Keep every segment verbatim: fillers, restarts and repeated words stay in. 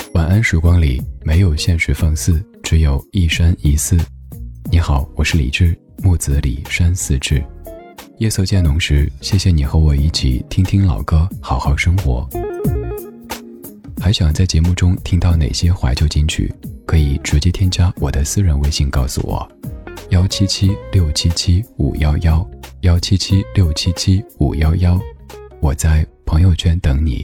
晚安时光里没有现实放肆，只有一山一寺。你好，我是李志，木子李山寺志。夜色渐浓时，谢谢你和我一起听听老歌，好好生活。还想在节目中听到哪些怀旧金曲，可以直接添加我的私人微信告诉我，幺七七六七七五幺幺，幺七七六七七五幺幺，我在朋友圈等你。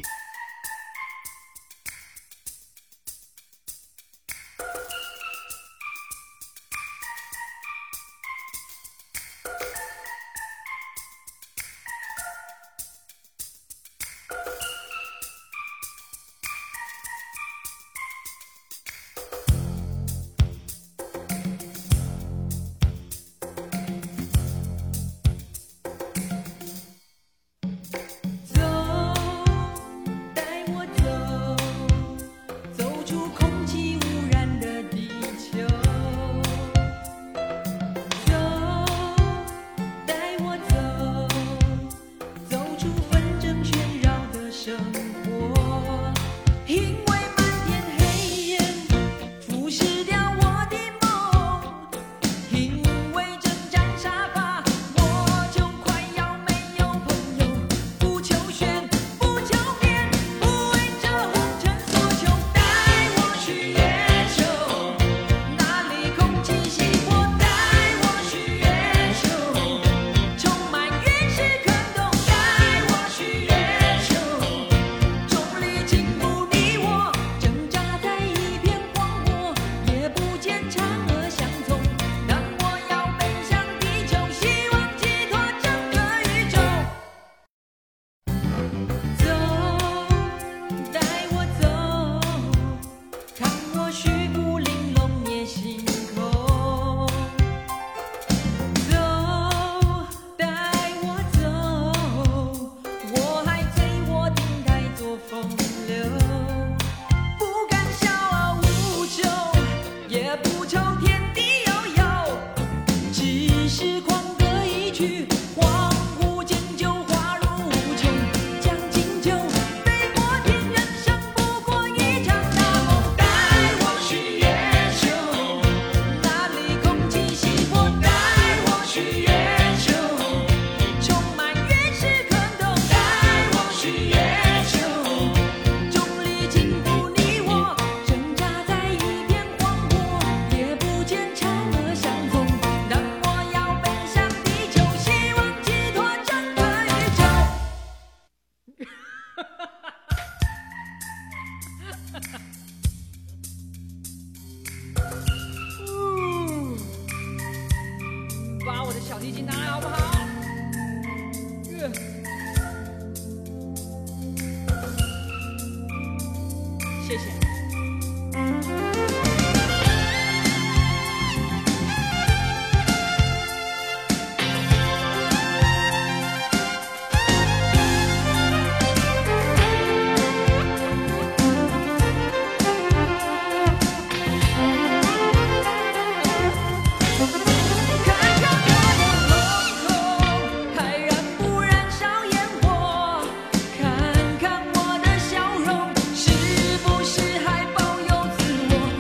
小提琴拿来好不好？谢谢。 看看我的笑容，是不是还抱有自我？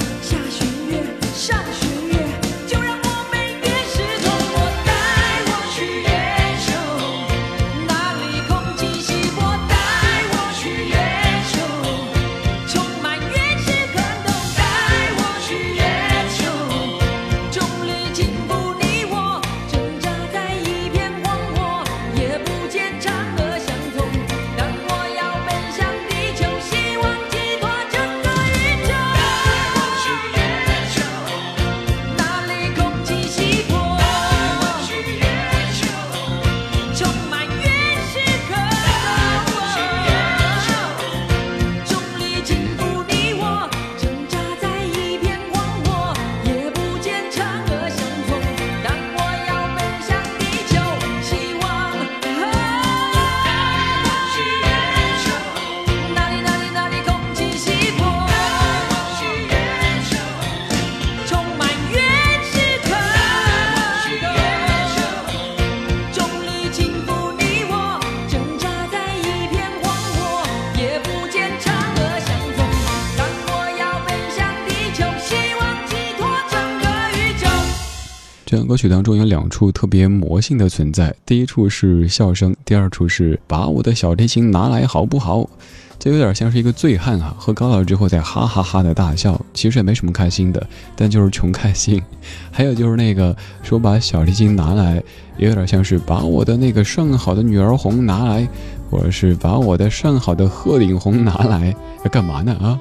这样歌曲当中有两处特别魔性的存在，第一处是笑声，第二处是把我的小提琴拿来好不好。这有点像是一个醉汉啊，喝高了之后再哈哈哈的大笑，其实也没什么开心的，但就是穷开心。还有就是那个说把小提琴拿来，也有点像是把我的那个上好的女儿红拿来，或者是把我的上好的鹤顶红拿来，要干嘛呢啊？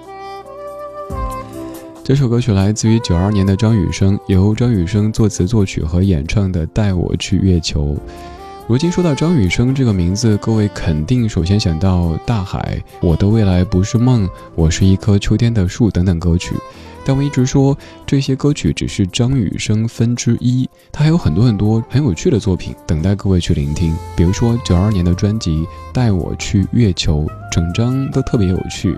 这首歌曲来自于九二年的张雨生，由张雨生作词作曲和演唱的《带我去月球》。如今说到张雨生这个名字，各位肯定首先想到大海、我的未来不是梦、我是一棵秋天的树等等歌曲，但我一直说这些歌曲只是张雨生分之一，他还有很多很多很有趣的作品等待各位去聆听。比如说九二年的专辑《带我去月球》，整张都特别有趣。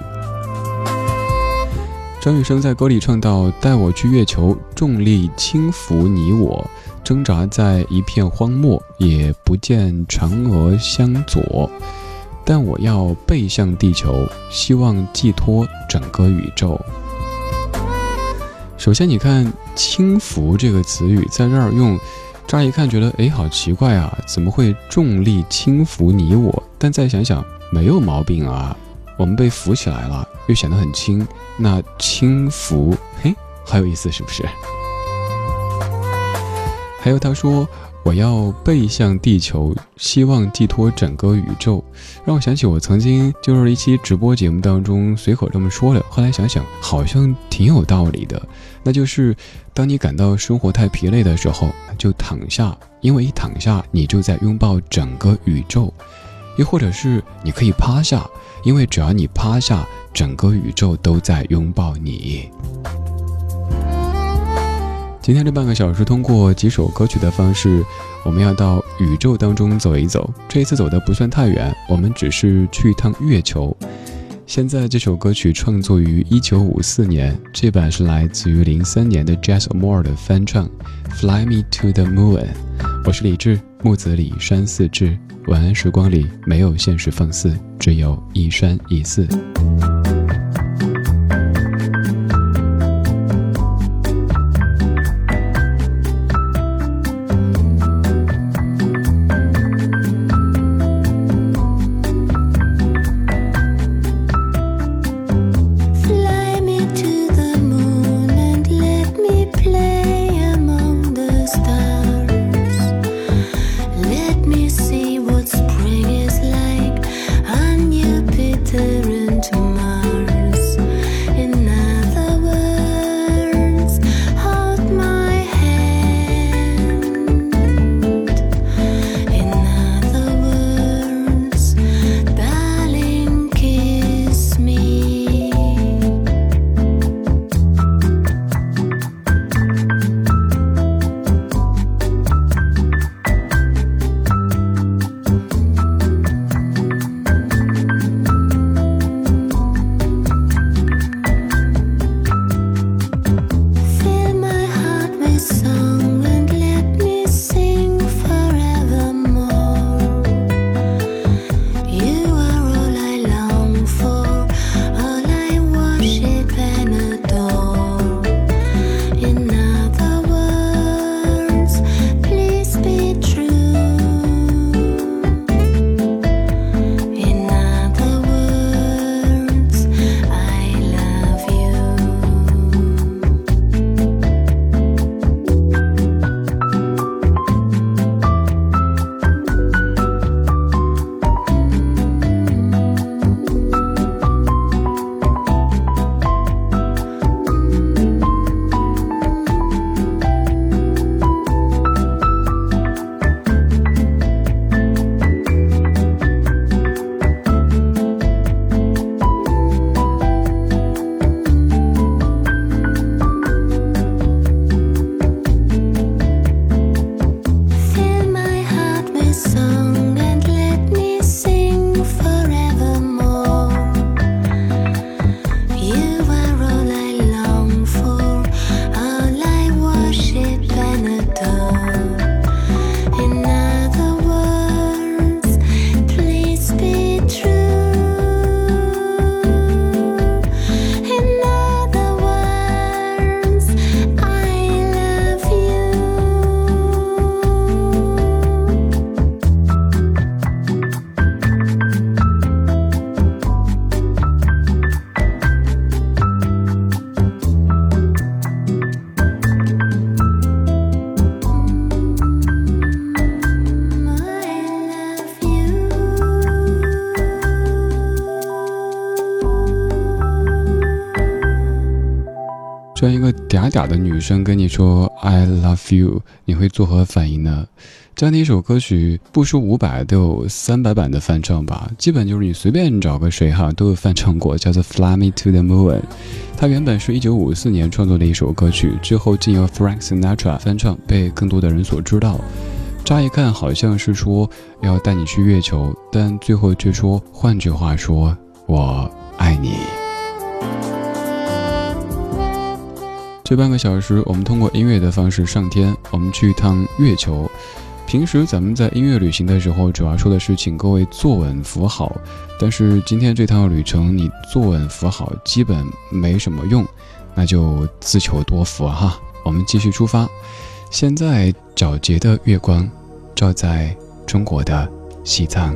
张雨生在歌里唱到：带我去月球，重力轻浮你我，挣扎在一片荒漠，也不见嫦娥相佐，但我要背向地球，希望寄托整个宇宙。首先你看轻浮这个词语在这儿用，乍一看觉得诶好奇怪啊，怎么会重力轻浮你我？但再想想没有毛病啊，我们被浮起来了，又显得很轻，那轻浮嘿好有意思是不是？还有他说我要背向地球，希望寄托整个宇宙，让我想起我曾经就是一期直播节目当中随口这么说了，后来想想好像挺有道理的，那就是当你感到生活太疲累的时候，就躺下，因为一躺下你就在拥抱整个宇宙。又或者是你可以趴下，因为只要你趴下，整个宇宙都在拥抱你。今天这半个小时通过几首歌曲的方式，我们要到宇宙当中走一走，这一次走的不算太远，我们只是去一趟月球。现在这首歌曲创作于一九五四年，这版是来自于零三年的 Jazz Moore 的翻唱 Fly Me to the Moon。 我是李志，木子李山寺志，晚安时光里没有现实放肆，只有一山一寺。 See what spring is like on Jupiter and Mars. 这样一个嗲嗲的女生跟你说 I love you， 你会作何反应呢？这样的一首歌曲，不说五百都有三百版的翻唱吧，基本就是你随便找个谁哈都有翻唱过，叫做 Fly Me to the Moon。 它原本是一九五四年创作的一首歌曲，之后经由 Frank Sinatra 翻唱，被更多的人所知道。乍一看好像是说要带你去月球，但最后却说，换句话说，我爱你。这半个小时我们通过音乐的方式上天，我们去一趟月球。平时咱们在音乐旅行的时候，主要说的是请各位坐稳扶好，但是今天这趟旅程你坐稳扶好基本没什么用，那就自求多福哈。我们继续出发。现在皎洁的月光照在中国的西藏，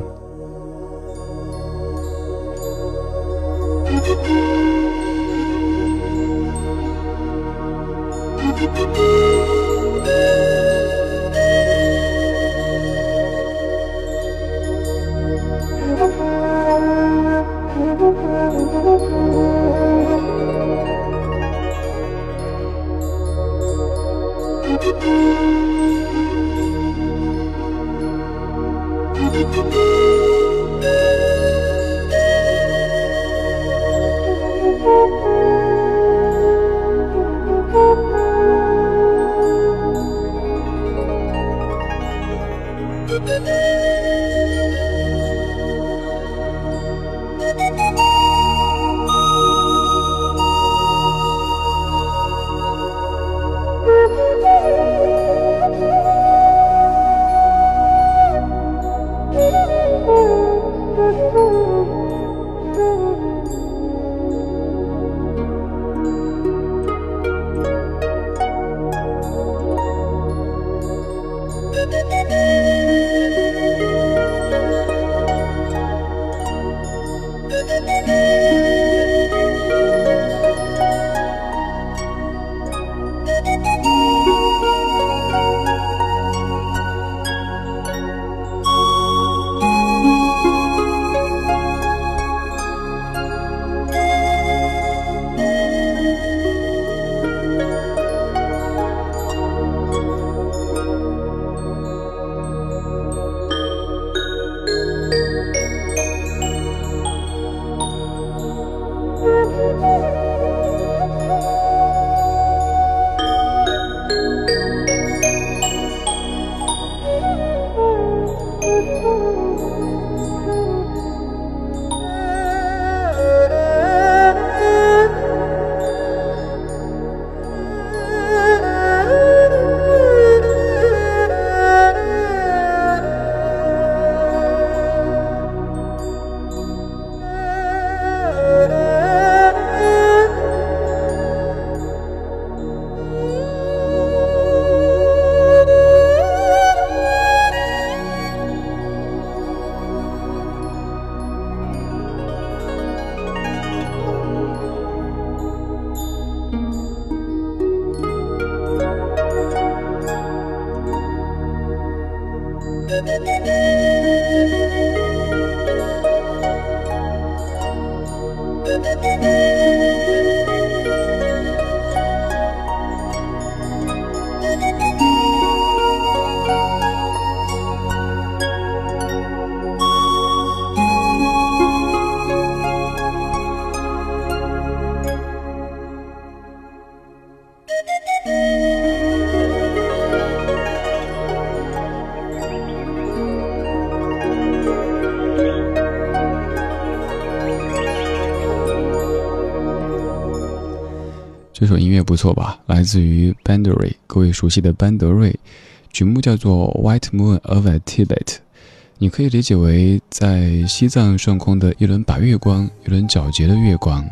这首音乐不错吧，来自于班德瑞，各位熟悉的班德瑞，曲目叫做 White Moon over Tibet。 你可以理解为在西藏上空的一轮白月光，一轮皎洁的月光。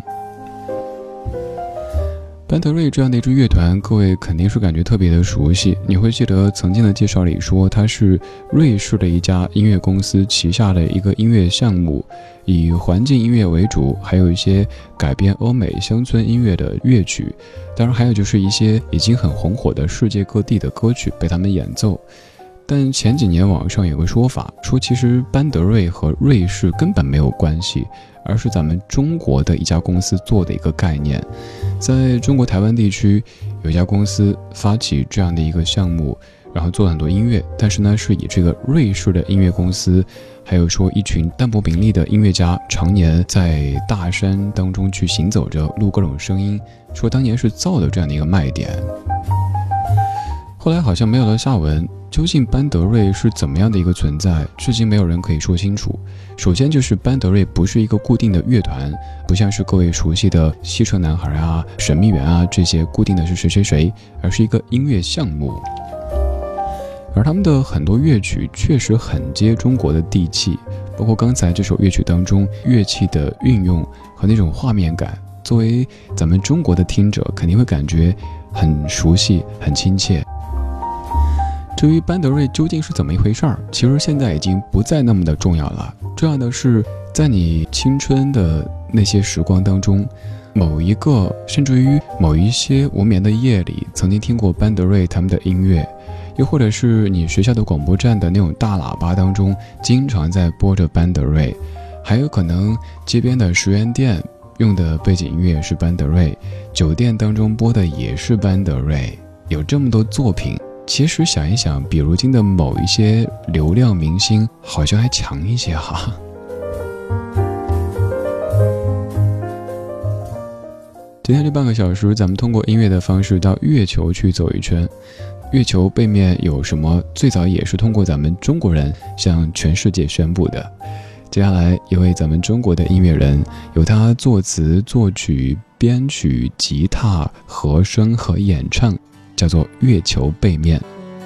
班德瑞这样的一支乐团，各位肯定是感觉特别的熟悉。你会记得曾经的介绍里说，它是瑞士的一家音乐公司旗下的一个音乐项目，以环境音乐为主，还有一些改编欧美乡村音乐的乐曲，当然还有就是一些已经很红火的世界各地的歌曲被他们演奏。但前几年网上有个说法，说其实班德瑞和瑞士根本没有关系，而是咱们中国的一家公司做的一个概念。 在中国台湾地区有一家公司发起这样的一个项目，然后做了很多音乐，但是呢是以这个瑞士的音乐公司，还有说一群淡泊名利的音乐家，常年在大山当中去行走着，录各种声音，说当年是造的这样的一个卖点。后来好像没有了下文，究竟班德瑞是怎么样的一个存在，至今没有人可以说清楚。首先就是班德瑞不是一个固定的乐团，不像是各位熟悉的西城男孩啊、神秘园啊这些固定的是谁谁谁，而是一个音乐项目。而他们的很多乐曲确实很接中国的地气，包括刚才这首乐曲当中乐器的运用和那种画面感，作为咱们中国的听者肯定会感觉很熟悉很亲切。至于班德瑞究竟是怎么一回事儿，其实现在已经不再那么的重要了。重要的是在你青春的那些时光当中，某一个甚至于某一些无眠的夜里曾经听过班德瑞他们的音乐，又或者是你学校的广播站的那种大喇叭当中经常在播着班德瑞，还有可能街边的十元店用的背景音乐是班德瑞，酒店当中播的也是班德瑞。有这么多作品，其实想一想，比如今的某一些流量明星好像还强一些哈。今天这半个小时，咱们通过音乐的方式到月球去走一圈。月球背面有什么？最早也是通过咱们中国人向全世界宣布的。接下来一位咱们中国的音乐人，由他作词、作曲、编曲、吉他、和声和演唱，叫做《月球背面》。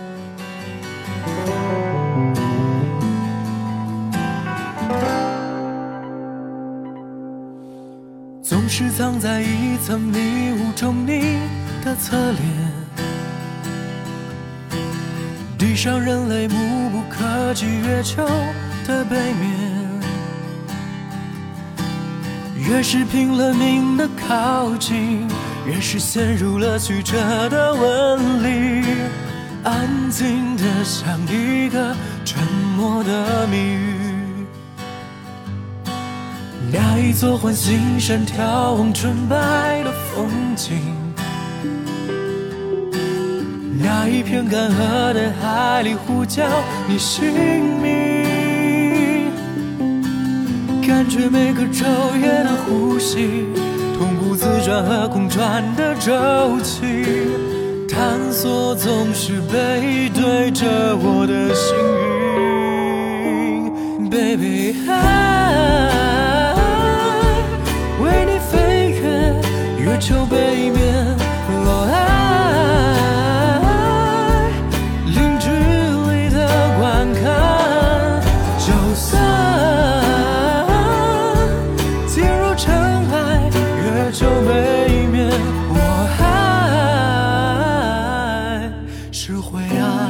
总是藏在一层迷雾中你的侧脸，地上人类目不可及月球的背面，越是拼了命的靠近，越是陷入了曲折的纹理，安静的像一个沉默的谜语。那一座环形山眺望纯白的风景，那一片干涸的海里呼叫你姓名，感觉每个昼夜的呼吸，同步自转和空转的周期，探索总是背对着我的幸运 Baby I为你飞越月球背面，哦爱零距离的观看，就算跌入尘埃，月球背面，我还是会爱。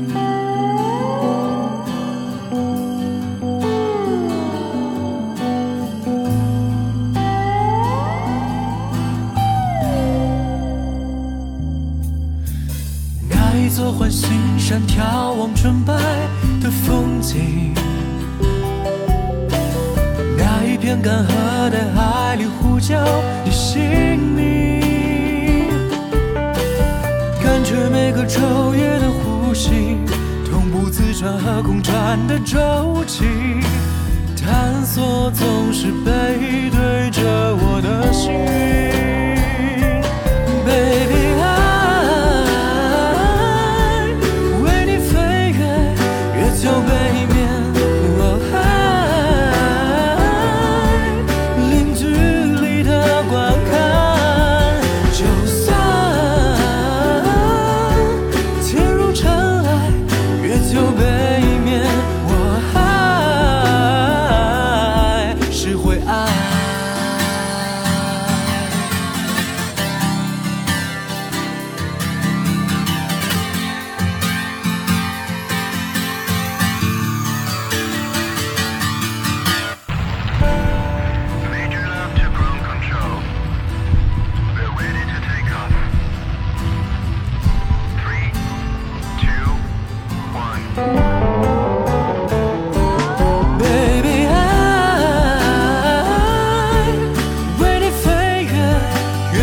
一座环形山眺望纯白的风景，那一片干涸的海里呼叫你姓名，感觉每个昼夜的呼吸，同步自转和空转的周期，探索总是背对着我的幸运 Baby I就背面，我爱零距离的观看，就算跌入尘埃，月球背面，我还是会爱。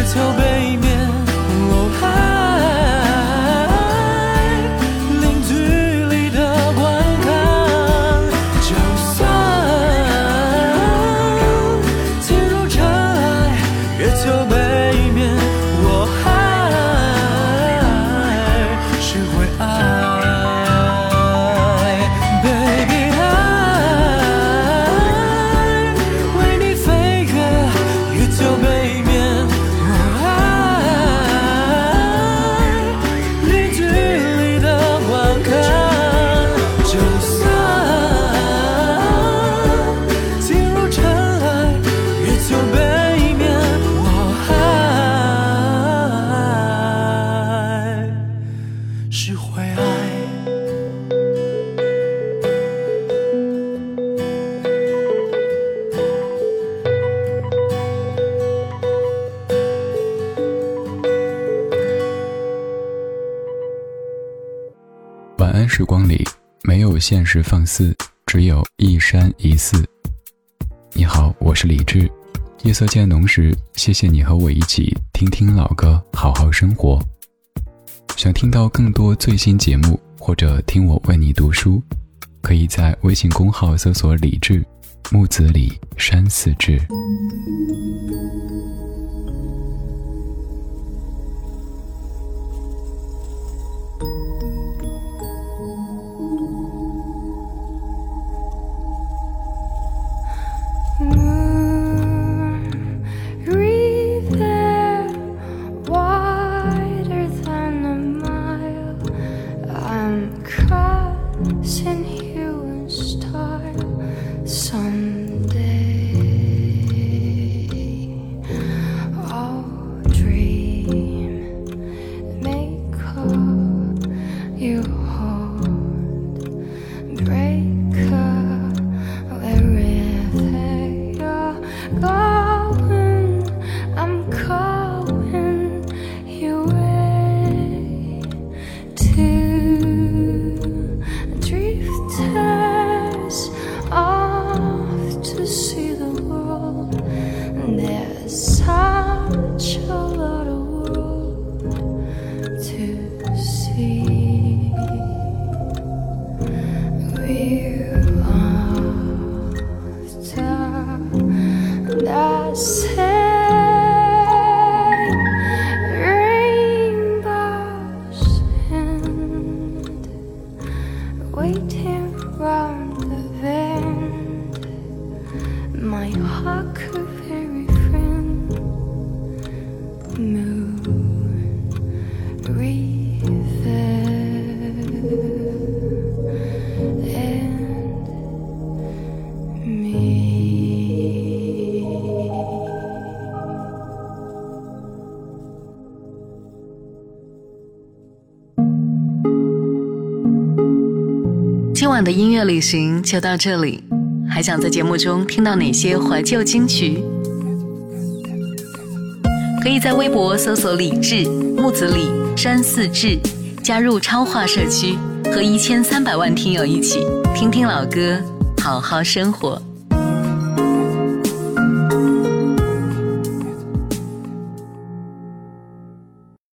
球背面，哦爱，零距离的观看，就算进入尘埃，月球背面，我还是会爱。Baby， 爱为你飞越月球背面，我爱零距离的观看，就算进入尘埃，月球背面，我还是会爱。 晚安时光里，没有现实放肆，只有一山一寺。你好，我是李志。夜色渐浓时，谢谢你和我一起听听老歌，好好生活。想听到更多最新节目，或者听我为你读书，可以在微信公号搜索李志，木子李，山寺志。 Crossing hue and style someday. Oh, dream maker, you hold breaker wherever you're going. I'm going your way to drifters off to see the world. There's such a lot of world to see. We're after the same rainbows and waiting round the bend. My huckleberry friend, moon, river, and me. 今晚的音乐旅行就到这里，还想在节目中听到哪些怀旧金曲？可以在微博搜索李志、木子李、山寺志，加入超话社区，和一千三百万听友一起听听老歌，好好生活。